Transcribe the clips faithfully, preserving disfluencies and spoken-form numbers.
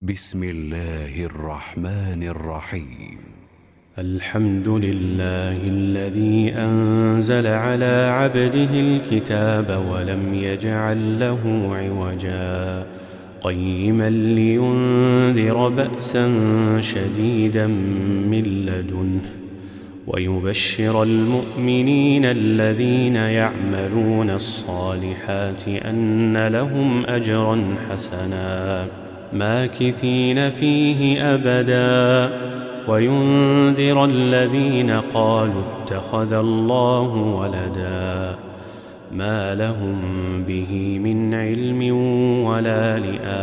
بسم الله الرحمن الرحيم. الحمد لله الذي أنزل على عبده الكتاب ولم يجعل له عوجا قيما لينذر بأسا شديدا من لدنه ويبشر المؤمنين الذين يعملون الصالحات أن لهم أجرا حسنا ماكثين فيه أبدا وينذر الذين قالوا اتخذ الله ولدا ما لهم به من علم ولا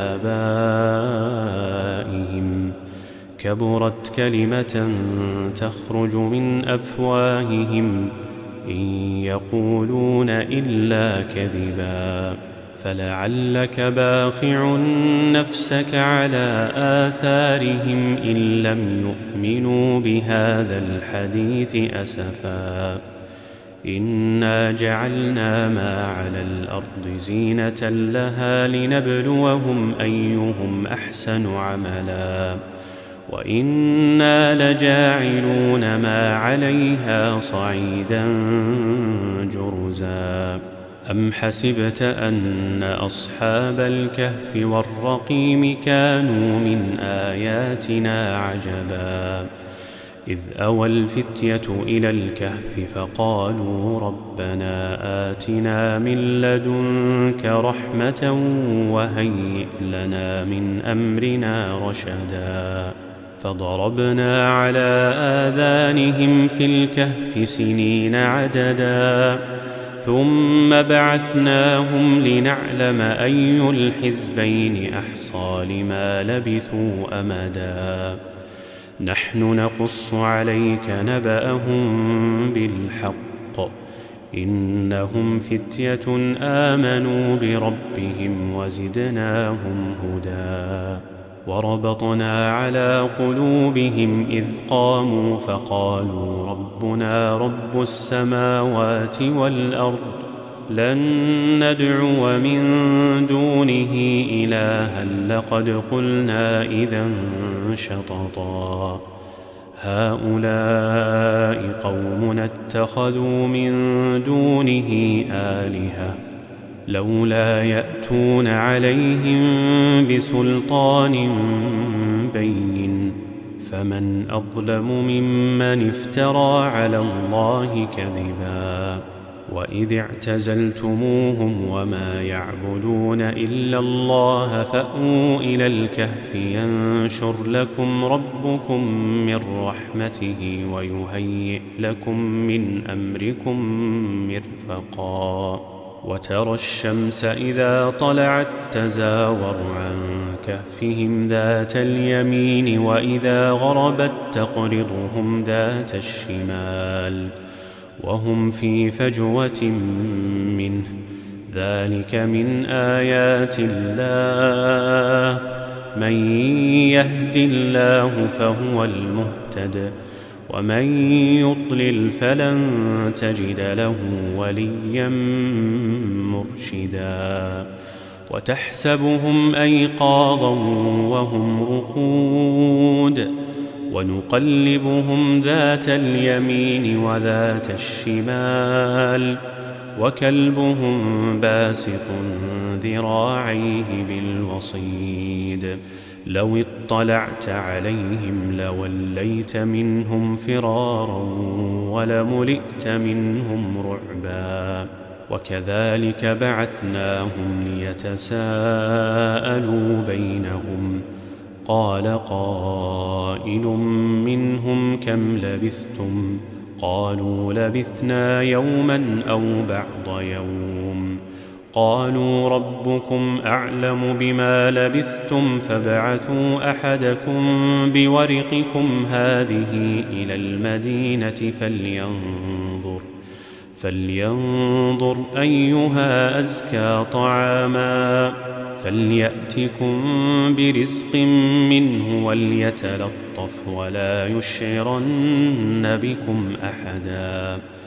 لآبائهم كبرت كلمة تخرج من أفواههم إن يقولون إلا كذبا فلعلك باخع نفسك على آثارهم إن لم يؤمنوا بهذا الحديث أسفا إنا جعلنا ما على الأرض زينة لها لنبلوهم أيهم أحسن عملا وإنا لجاعلون ما عليها صعيدا جرزا أم حسبت أن أصحاب الكهف والرقيم كانوا من آياتنا عجبا إذ أوى الفتية إلى الكهف فقالوا ربنا آتنا من لدنك رحمة وهيئ لنا من أمرنا رشدا فضربنا على آذانهم في الكهف سنين عددا ثم بعثناهم لنعلم أي الحزبين أحصى لما لبثوا أمدا نحن نقص عليك نبأهم بالحق إنهم فتية آمنوا بربهم وزدناهم هدى وربطنا على قلوبهم إذ قاموا فقالوا ربنا رب السماوات والأرض لن ندعو من دونه إلها لقد قلنا إذا شططا هؤلاء قومنا اتخذوا من دونه آلهة لولا يأتون عليهم بسلطان بين فمن أظلم ممن افترى على الله كذبا وإذ اعتزلتموهم وما يعبدون إلا الله فأووا إلى الكهف ينشر لكم ربكم من رحمته ويهيئ لكم من أمركم مرفقا وترى الشمس إذا طلعت تزاور عن كهفهم ذات اليمين وإذا غربت تقرضهم ذات الشمال وهم في فجوة منه ذلك من آيات الله من يهد الله فهو المهتد ومن يضلل فلن تجد له وليا مرشدا وتحسبهم أيقاظا وهم رقود ونقلبهم ذات اليمين وذات الشمال وكلبهم باسط ذراعيه بالوصيد لو اطلعت عليهم لوليت منهم فرارا ولملئت منهم رعبا وكذلك بعثناهم ليتساءلوا بينهم قال قائل منهم كم لبثتم قالوا لبثنا يوما أو بعض يوم قالوا ربكم أعلم بما لبثتم فابعثوا أحدكم بورقكم هذه إلى المدينة فلينظر فلينظر أيها أزكى طعاما فليأتكم برزق منه وليتلطف ولا يشعرن بكم أحدا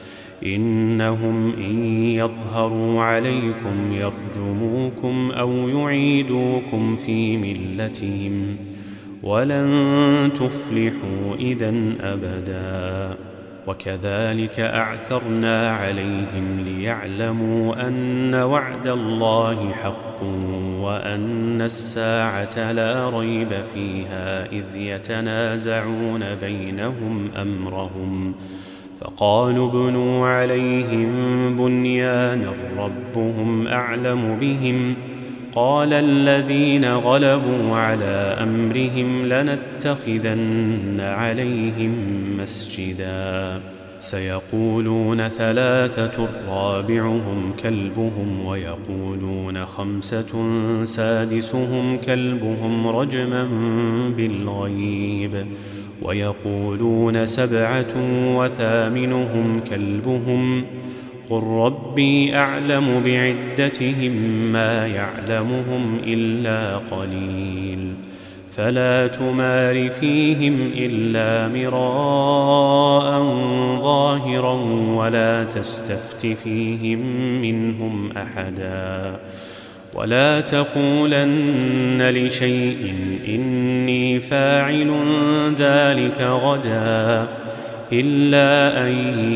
إنهم إن يظهروا عليكم يرجموكم أو يعيدوكم في ملتهم ولن تفلحوا إذن أبدا. وكذلك أعثرنا عليهم ليعلموا أن وعد الله حق وأن الساعة لا ريب فيها إذ يتنازعون بينهم أمرهم فقالوا ابنوا عليهم بنيانا ربهم أعلم بهم قال الذين غلبوا على أمرهم لنتخذن عليهم مسجدا سيقولون ثلاثة رابعهم كلبهم ويقولون خمسة سادسهم كلبهم رجما بالغيب ويقولون سبعة وثامنهم كلبهم قل ربي أعلم بعدتهم ما يعلمهم إلا قليل فلا تمار فيهم إلا مراء ظاهرا ولا تستفت فيهم منهم أحدا ولا تقولن لشيء إني فاعل ذلك غدا إلا أن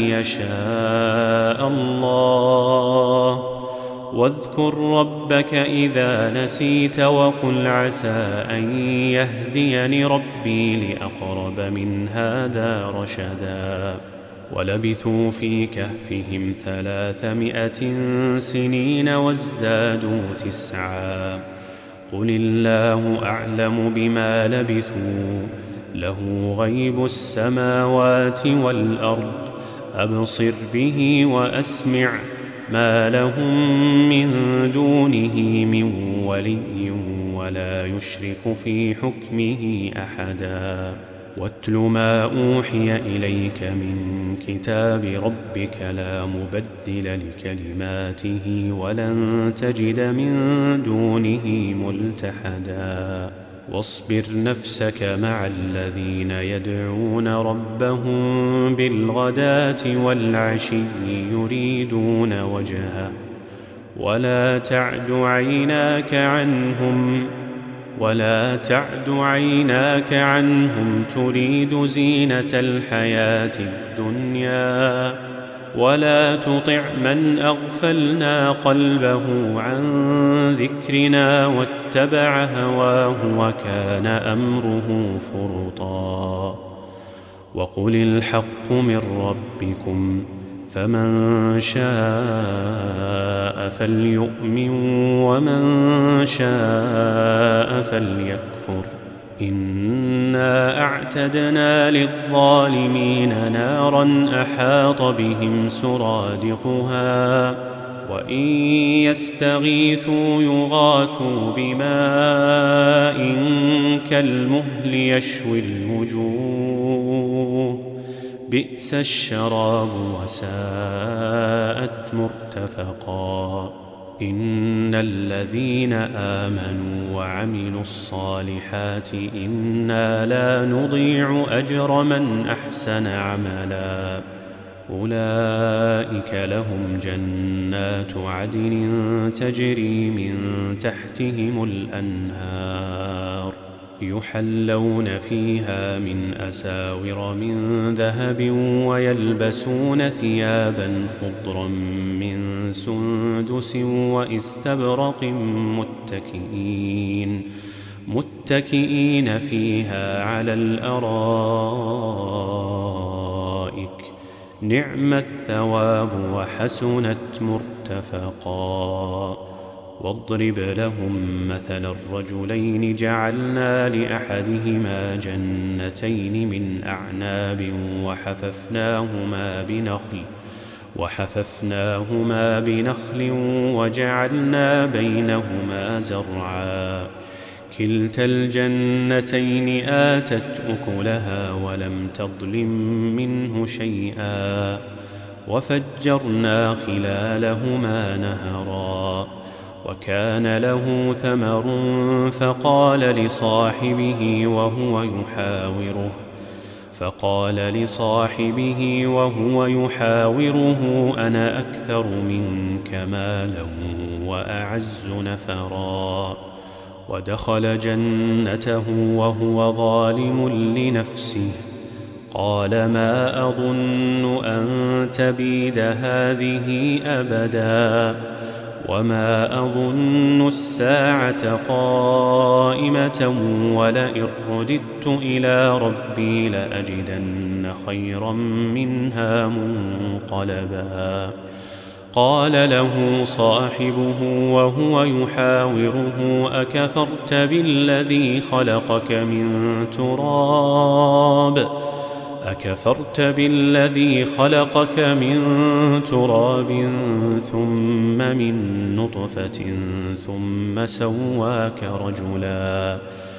يشاء الله واذكر ربك إذا نسيت وقل عسى أن يهديني ربي لأقرب من هذا رشدا ولبثوا في كهفهم ثلاثمائة سنين وازدادوا تسعا قل الله أعلم بما لبثوا له غيب السماوات والأرض أبصر به وأسمع ما لهم من دونه من ولي ولا يشرك في حكمه أحدا واتل ما أوحي إليك من كتاب ربك لا مبدل لكلماته ولن تجد من دونه ملتحدا واصبر نفسك مع الذين يدعون ربهم بالغداة والعشي يريدون وجهه ولا تعد عيناك عنهم ولا تعد عيناك عنهم تريد زينة الحياة الدنيا ولا تطع من أغفلنا قلبه عن ذكرنا واتبع هواه وكان أمره فرطا وقل الحق من ربكم فمن شاء فليؤمن ومن شاء فليكفر إنا أعتدنا للظالمين نارا أحاط بهم سرادقها وإن يستغيثوا يغاثوا بماء كالمهل يشوي الوجوه بئس الشراب وساءت مرتفقا إن الذين آمنوا وعملوا الصالحات إنا لا نضيع أجر من أحسن عملا أولئك لهم جنات عدن تجري من تحتهم الأنهار يحلون فيها من أساور من ذهب ويلبسون ثيابا خضرا من سندس واستبرق متكئين متكئين فيها على الأرائك نعم الثواب وحسنت مرتفقا واضرب لهم مثل الرجلين جعلنا لأحدهما جنتين من أعناب وحففناهما بنخل وحففناهما بنخل وجعلنا بينهما زرعا كلتا الجنتين آتت أكلها ولم تظلم منه شيئا وفجرنا خلالهما نهرا وكان له ثمر فقال لصاحبه وهو يحاوره فقال لصاحبه وهو يحاوره: أنا أكثر منك مالا وأعز نفرا. ودخل جنته وهو ظالم لنفسه. قال: ما أظن أن تبيد هذه أبدا، وما أظن الساعة قائمة، ولئن رددت إلى ربي لأجدن خيرا منها منقلبا. قال له صاحبه وهو يحاوره: أكفرت بالذي خلقك من تراب أكفرت بالذي خلقك من تراب ثم من نطفة ثم سواك رجلا،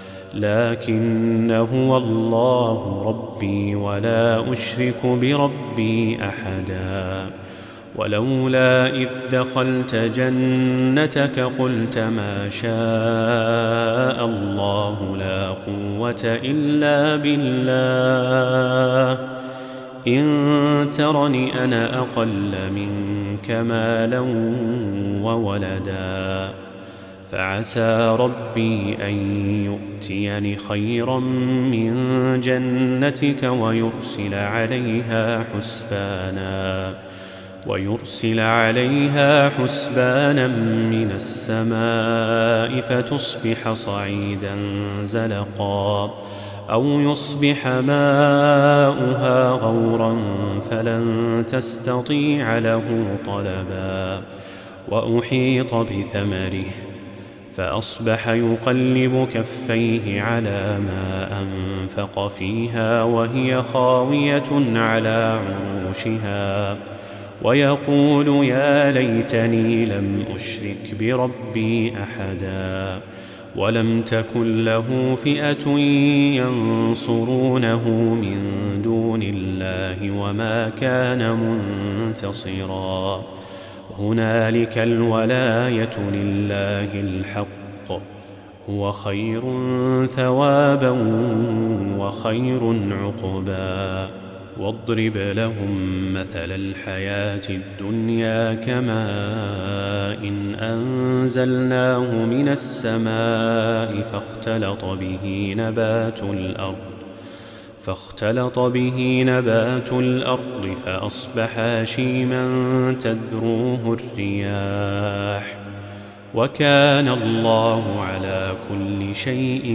لكن هو الله ربي ولا أشرك بربي أحدا. ولولا إذ دخلت جنتك قلت ما شاء الله لا قوة إلا بالله، إن ترني أنا أقل منك مالا وولدا، فعسى ربي أن يؤتيني خيرا من جنتك ويرسل عليها حسبانا ويرسل عليها حسبانا من السماء فتصبح صعيدا زلقا، أو يصبح ماؤها غورا فلن تستطيع له طلبا. وأحيط بثمره فأصبح يقلب كفيه على ما أنفق فيها وهي خاوية على عروشها، ويقول: يا ليتني لم أشرك بربي أحدا، ولم تكن له فئة ينصرونه من دون الله وما كان منتصرا. هنالك الولاية لله الحق، هو خير ثوابا وخير عقبا. واضرب لهم مثل الحياة الدنيا كماء إن أنزلناه من السماء فاختلط به نبات الأرض فاختلط به نبات الأرض فأصبح هشيما تذروه الرياح، وكان الله على كل شيء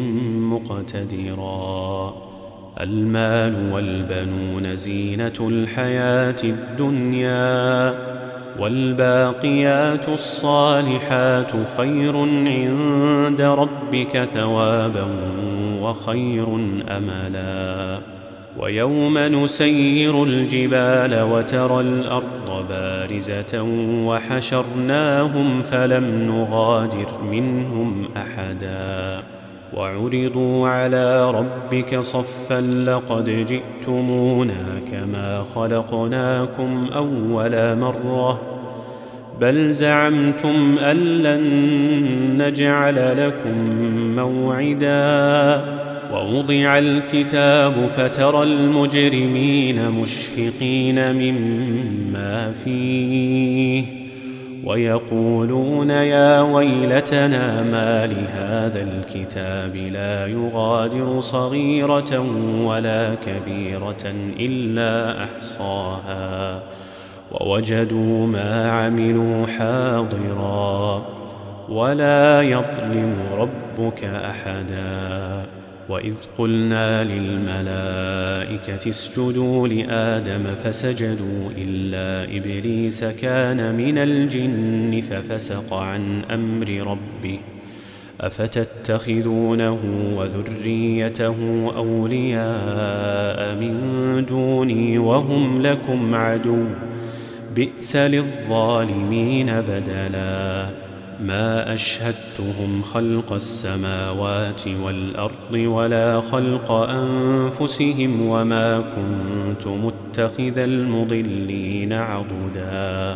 مقتدرا. المال والبنون زينة الحياة الدنيا، والباقيات الصالحات خير عند ربك ثوابا وخير أملا. ويوم نسير الجبال وترى الأرض بارزة وحشرناهم فلم نغادر منهم أحدا، وعرضوا على ربك صفا لقد جئتمونا كما خلقناكم أول مرة، بل زعمتم أن لن نجعل لكم موعدا. ووضع الكتاب فترى المجرمين مشفقين مما فيه ويقولون: يا ويلتنا ما لهذا الكتاب لا يغادر صغيرة ولا كبيرة إلا أحصاها ووجدوا ما عملوا حاضرا ولا يظلم ربك أحدا. وإذ قلنا للملائكة اسجدوا لآدم فسجدوا إلا إبليس كان من الجن ففسق عن أمر ربه، أفتتخذونه وذريته أولياء من دوني وهم لكم عدو، بئس للظالمين بدلا. ما أشهدتهم خلق السماوات والأرض ولا خلق أنفسهم وما كنت متخذ المضلين عضدا.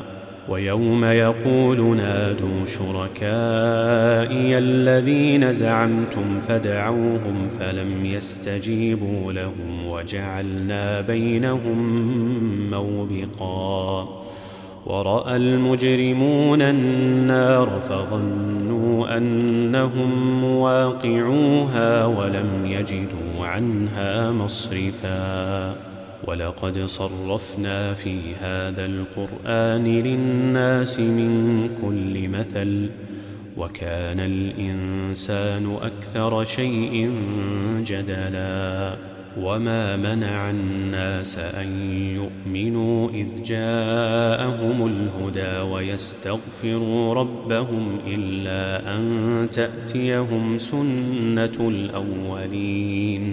ويوم يقول نادوا شركائي الذين زعمتم فدعوهم فلم يستجيبوا لهم وجعلنا بينهم موبقا ورأى المجرمون النار فظنوا أنهم مواقعوها ولم يجدوا عنها مصرفا ولقد صرفنا في هذا القرآن للناس من كل مثل وكان الإنسان أكثر شيء جدلا وما منع الناس أن يؤمنوا إذ جاءهم الهدى ويستغفروا ربهم إلا أن تأتيهم سنة الأولين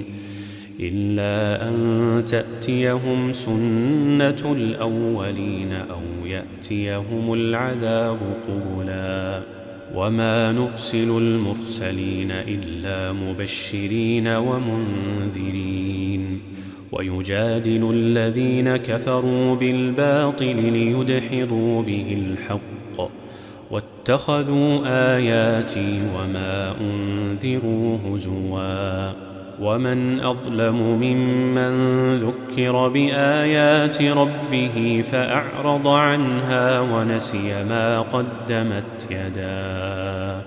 إلا أن تأتيهم سنة الأولين أو يأتيهم العذاب قبلا وما نرسل المرسلين إلا مبشرين ومنذرين ويجادل الذين كفروا بالباطل ليدحضوا به الحق واتخذوا آياتي وما أنذروا هزوا ومن أظلم ممن ذكر بآيات ربه فأعرض عنها ونسي ما قدمت يداه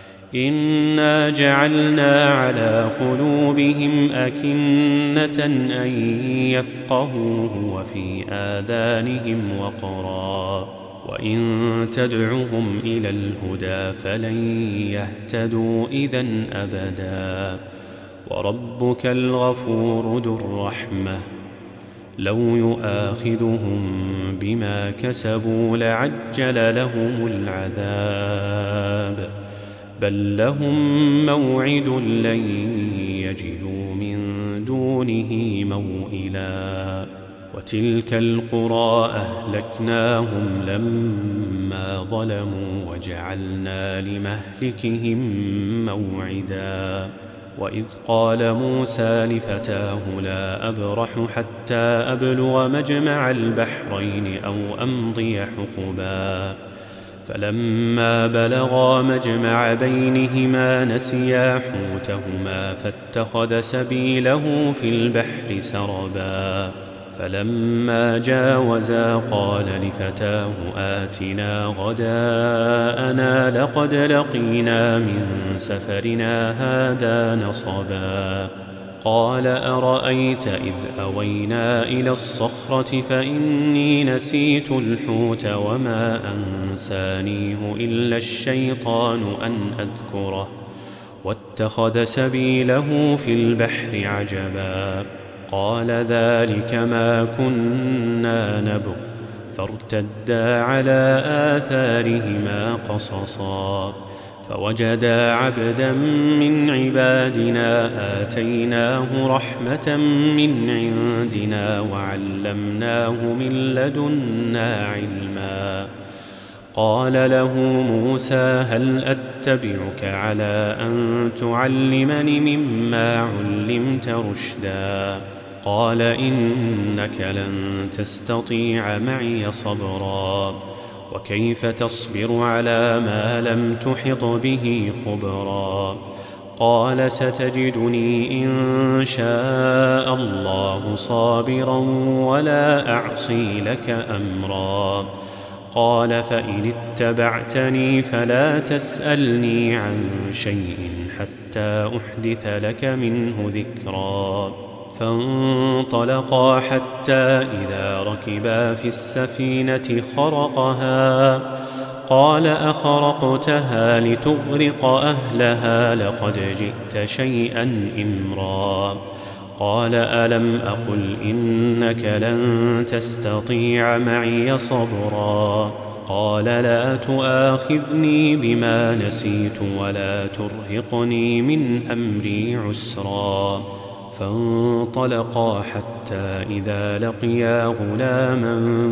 إنا جعلنا على قلوبهم أكنة أن يفقهوه وفي آذانهم وقرا وإن تدعهم إلى الهدى فلن يهتدوا إذن أبدا وربك الغفور ذو الرحمة لو يؤاخذهم بما كسبوا لعجل لهم العذاب بل لهم موعد لن يجدوا من دونه موئلا وتلك القرى أهلكناهم لما ظلموا وجعلنا لمهلكهم موعدا وإذ قال موسى لفتاه لا أبرح حتى أبلغ مجمع البحرين أو أمضي حقبا فلما بلغا مجمع بينهما نسيا حوتهما فاتخذ سبيله في البحر سربا فلما جاوزا قال لفتاه آتنا غداءنا لقد لقينا من سفرنا هذا نصبا قال أرأيت إذ أوينا إلى الصخرة فإني نسيت الحوت وما أنسانيه إلا الشيطان أن أذكره واتخذ سبيله في البحر عجبا قال ذلك ما كنا نبغ فارتدا على آثارهما قصصا فوجدا عبدا من عبادنا آتيناه رحمة من عندنا وعلمناه من لدنا علما قال له موسى هل أتبعك على أن تعلمني مما علمت رشدا قال إنك لن تستطيع معي صبرا وكيف تصبر على ما لم تحط به خبرا قال ستجدني إن شاء الله صابرا ولا أعصي لك أمرا قال فإن اتبعتني فلا تسألني عن شيء حتى أحدث لك منه ذكرا فانطلقا حتى إذا ركبا في السفينة خرقها قال أخرقتها لتغرق أهلها لقد جئت شيئا إمرا قال ألم أقل إنك لن تستطيع معي صبرا قال لا تؤاخذني بما نسيت ولا ترهقني من أمري عسرا فانطلقا حتى إذا لقيا غلاما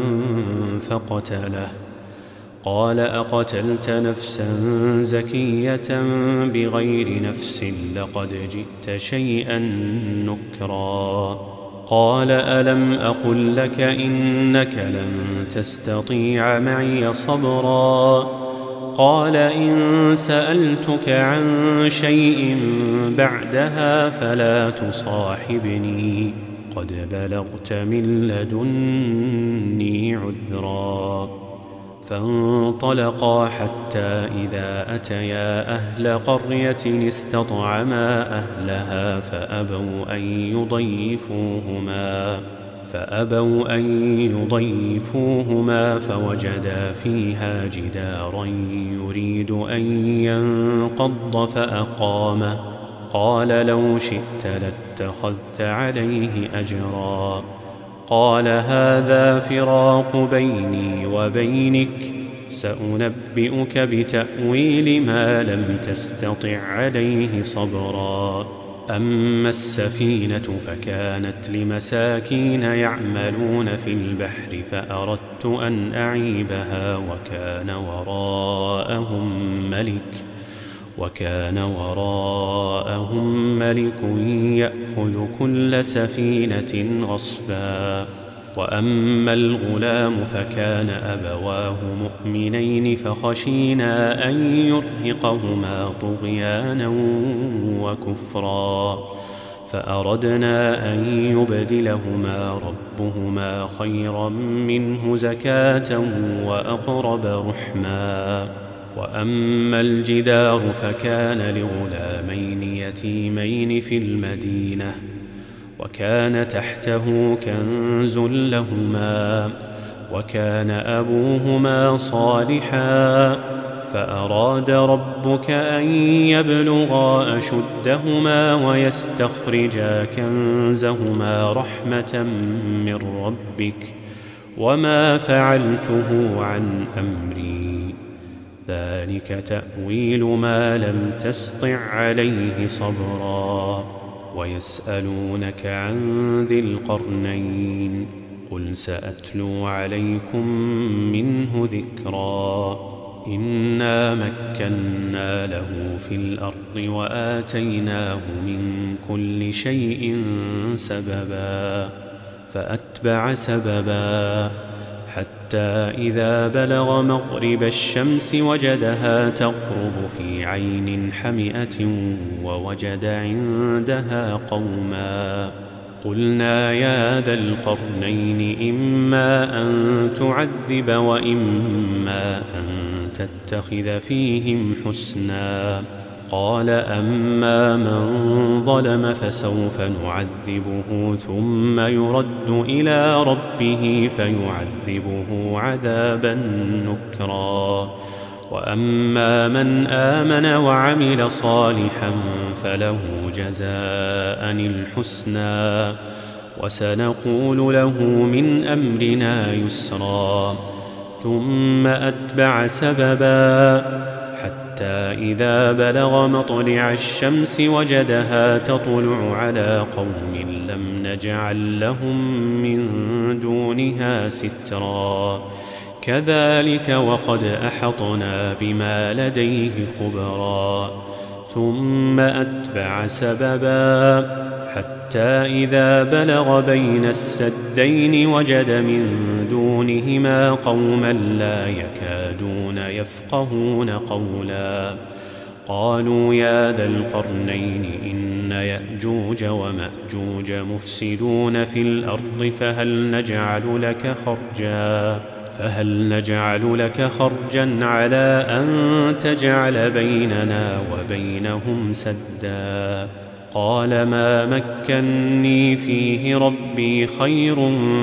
فقتله قال أقتلت نفسا زكية بغير نفس لقد جئت شيئا نكرا قال ألم أقل لك إنك لن تستطيع معي صبرا قال إن سألتك عن شيء بعدها فلا تصاحبني قد بلغت من لدني عذرا فانطلقا حتى إذا أتيا أهل قرية استطعما أهلها فأبوا أن يضيفوهما فأبوا أن يضيفوهما فوجدا فيها جدارا يريد أن ينقض فأقامه قال لو شئت لاتخذت عليه أجرا قال هذا فراق بيني وبينك سأنبئك بتأويل ما لم تستطع عليه صبرا أما السفينة فكانت لمساكين يعملون في البحر فأردت أن أعيبها وكان وراءهم ملك وكان وراءهم ملك يأخذ كل سفينة غصبا وأما الغلام فكان أبواه مؤمنين فخشينا أن يرهقهما طغيانا وكفرا فأردنا أن يبدلهما ربهما خيرا منه زكاة وأقرب رحما وأما الجدار فكان لغلامين يتيمين في المدينة وكان تحته كنز لهما وكان أبوهما صالحا فأراد ربك أن يبلغا أشدهما ويستخرجا كنزهما رحمة من ربك وما فعلته عن أمري ذلك تأويل ما لم تسطع عليه صبرا ويسألونك عن ذي القرنين قل سأتلو عليكم منه ذكرا إنا مكنا له في الأرض وآتيناه من كل شيء سببا فأتبع سببا حتى إذا بلغ مغرب الشمس وجدها تغرب في عين حمئة ووجد عندها قوما قلنا يا ذا القرنين إما أن تعذب وإما أن تتخذ فيهم حسنا قال أما من ظلم فسوف نعذبه ثم يرد إلى ربه فيعذبه عذابا نكرا وأما من آمن وعمل صالحا فله جزاء الحسنى وسنقول له من أمرنا يسرا ثم أتبع سببا حتى إذا بلغ مطلع الشمس وجدها تطلع على قوم لم نجعل لهم من دونها سترا كذلك وقد أحطنا بما لديه خبرا ثم أتبع سببا حتى إذا بلغ بين السدين وجد من دونهما قوما لا يكادون يفقهون قولا قالوا يا ذا القرنين إن يأجوج ومأجوج مفسدون في الأرض فهل نجعل لك خرجا فهل نجعل لك خرجا على أن تجعل بيننا وبينهم سدا قال ما مكني فيه ربي خير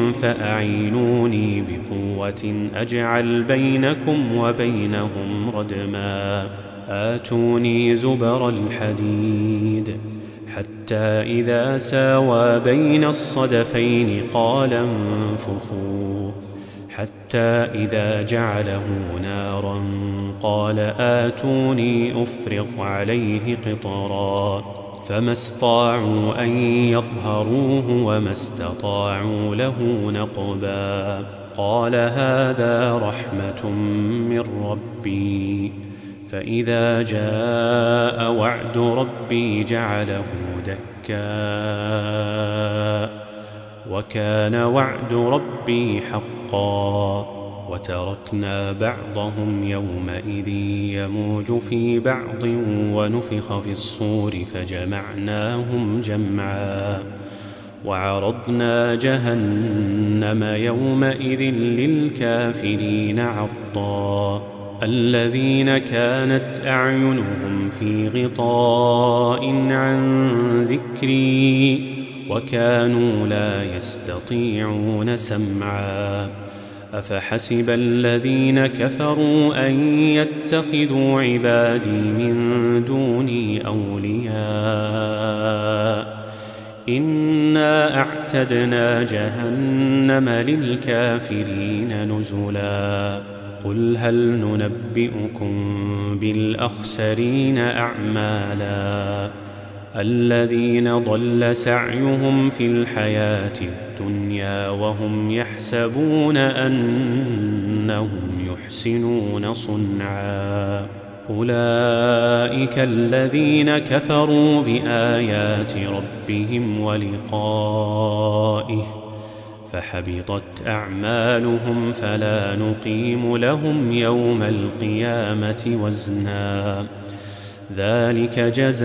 فأعينوني بقوة أجعل بينكم وبينهم ردما آتوني زبر الحديد حتى إذا ساوى بين الصدفين قال انفخوا حتى إذا جعله نارا قال آتوني أفرغ عليه قطرا فما استطاعوا أن يظهروه وما استطاعوا له نقبا قال هذا رحمة من ربي فإذا جاء وعد ربي جعله دكا وكان وعد ربي حقا. وتركنا بعضهم يومئذ يموج في بعض ونفخ في الصور فجمعناهم جمعا. وعرضنا جهنم يومئذ للكافرين عرضا. الذين كانت أعينهم في غطاء عن ذكري وكانوا لا يستطيعون سمعا. أفحسب الذين كفروا أن يتخذوا عبادي من دوني أولياء إنا أعتدنا جهنم للكافرين نزلا. قل هل ننبئكم بالأخسرين أعمالا الذين ضل سعيهم في الحياة الدنيا وهم يحسبون أنهم يحسنون صنعا. أولئك الذين كفروا بآيات ربهم ولقائه فحبطت أعمالهم فلا نقيم لهم يوم القيامة وزنا. ذلك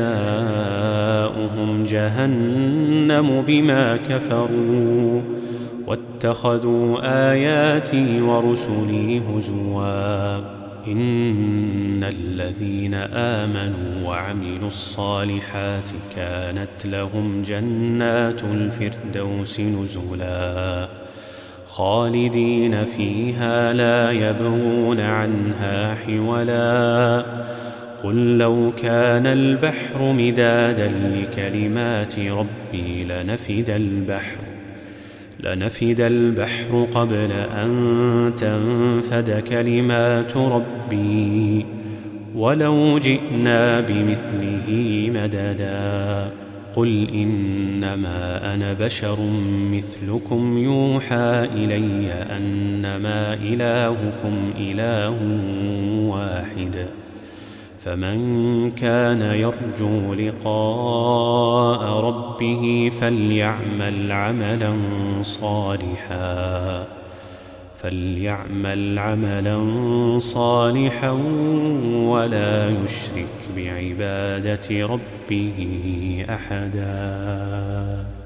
جزاؤهم جهنم بما كفروا واتخذوا آياتي ورسلي هزوا. إن الذين آمنوا وعملوا الصالحات كانت لهم جنات الفردوس نزلا خالدين فيها لا يبغون عنها حولا. قل لو كان البحر مدادا لكلمات ربي لنفد البحر لنفد البحر قبل أن تنفد كلمات ربي ولو جئنا بمثله مددا. قل إنما أنا بشر مثلكم يوحى إلي أنما إلهكم إله واحد فمن كان يرجو لقاء ربه فليعمل عملا صالحا فليعمل عملا صالحا ولا يشرك بعبادة ربه أحدا.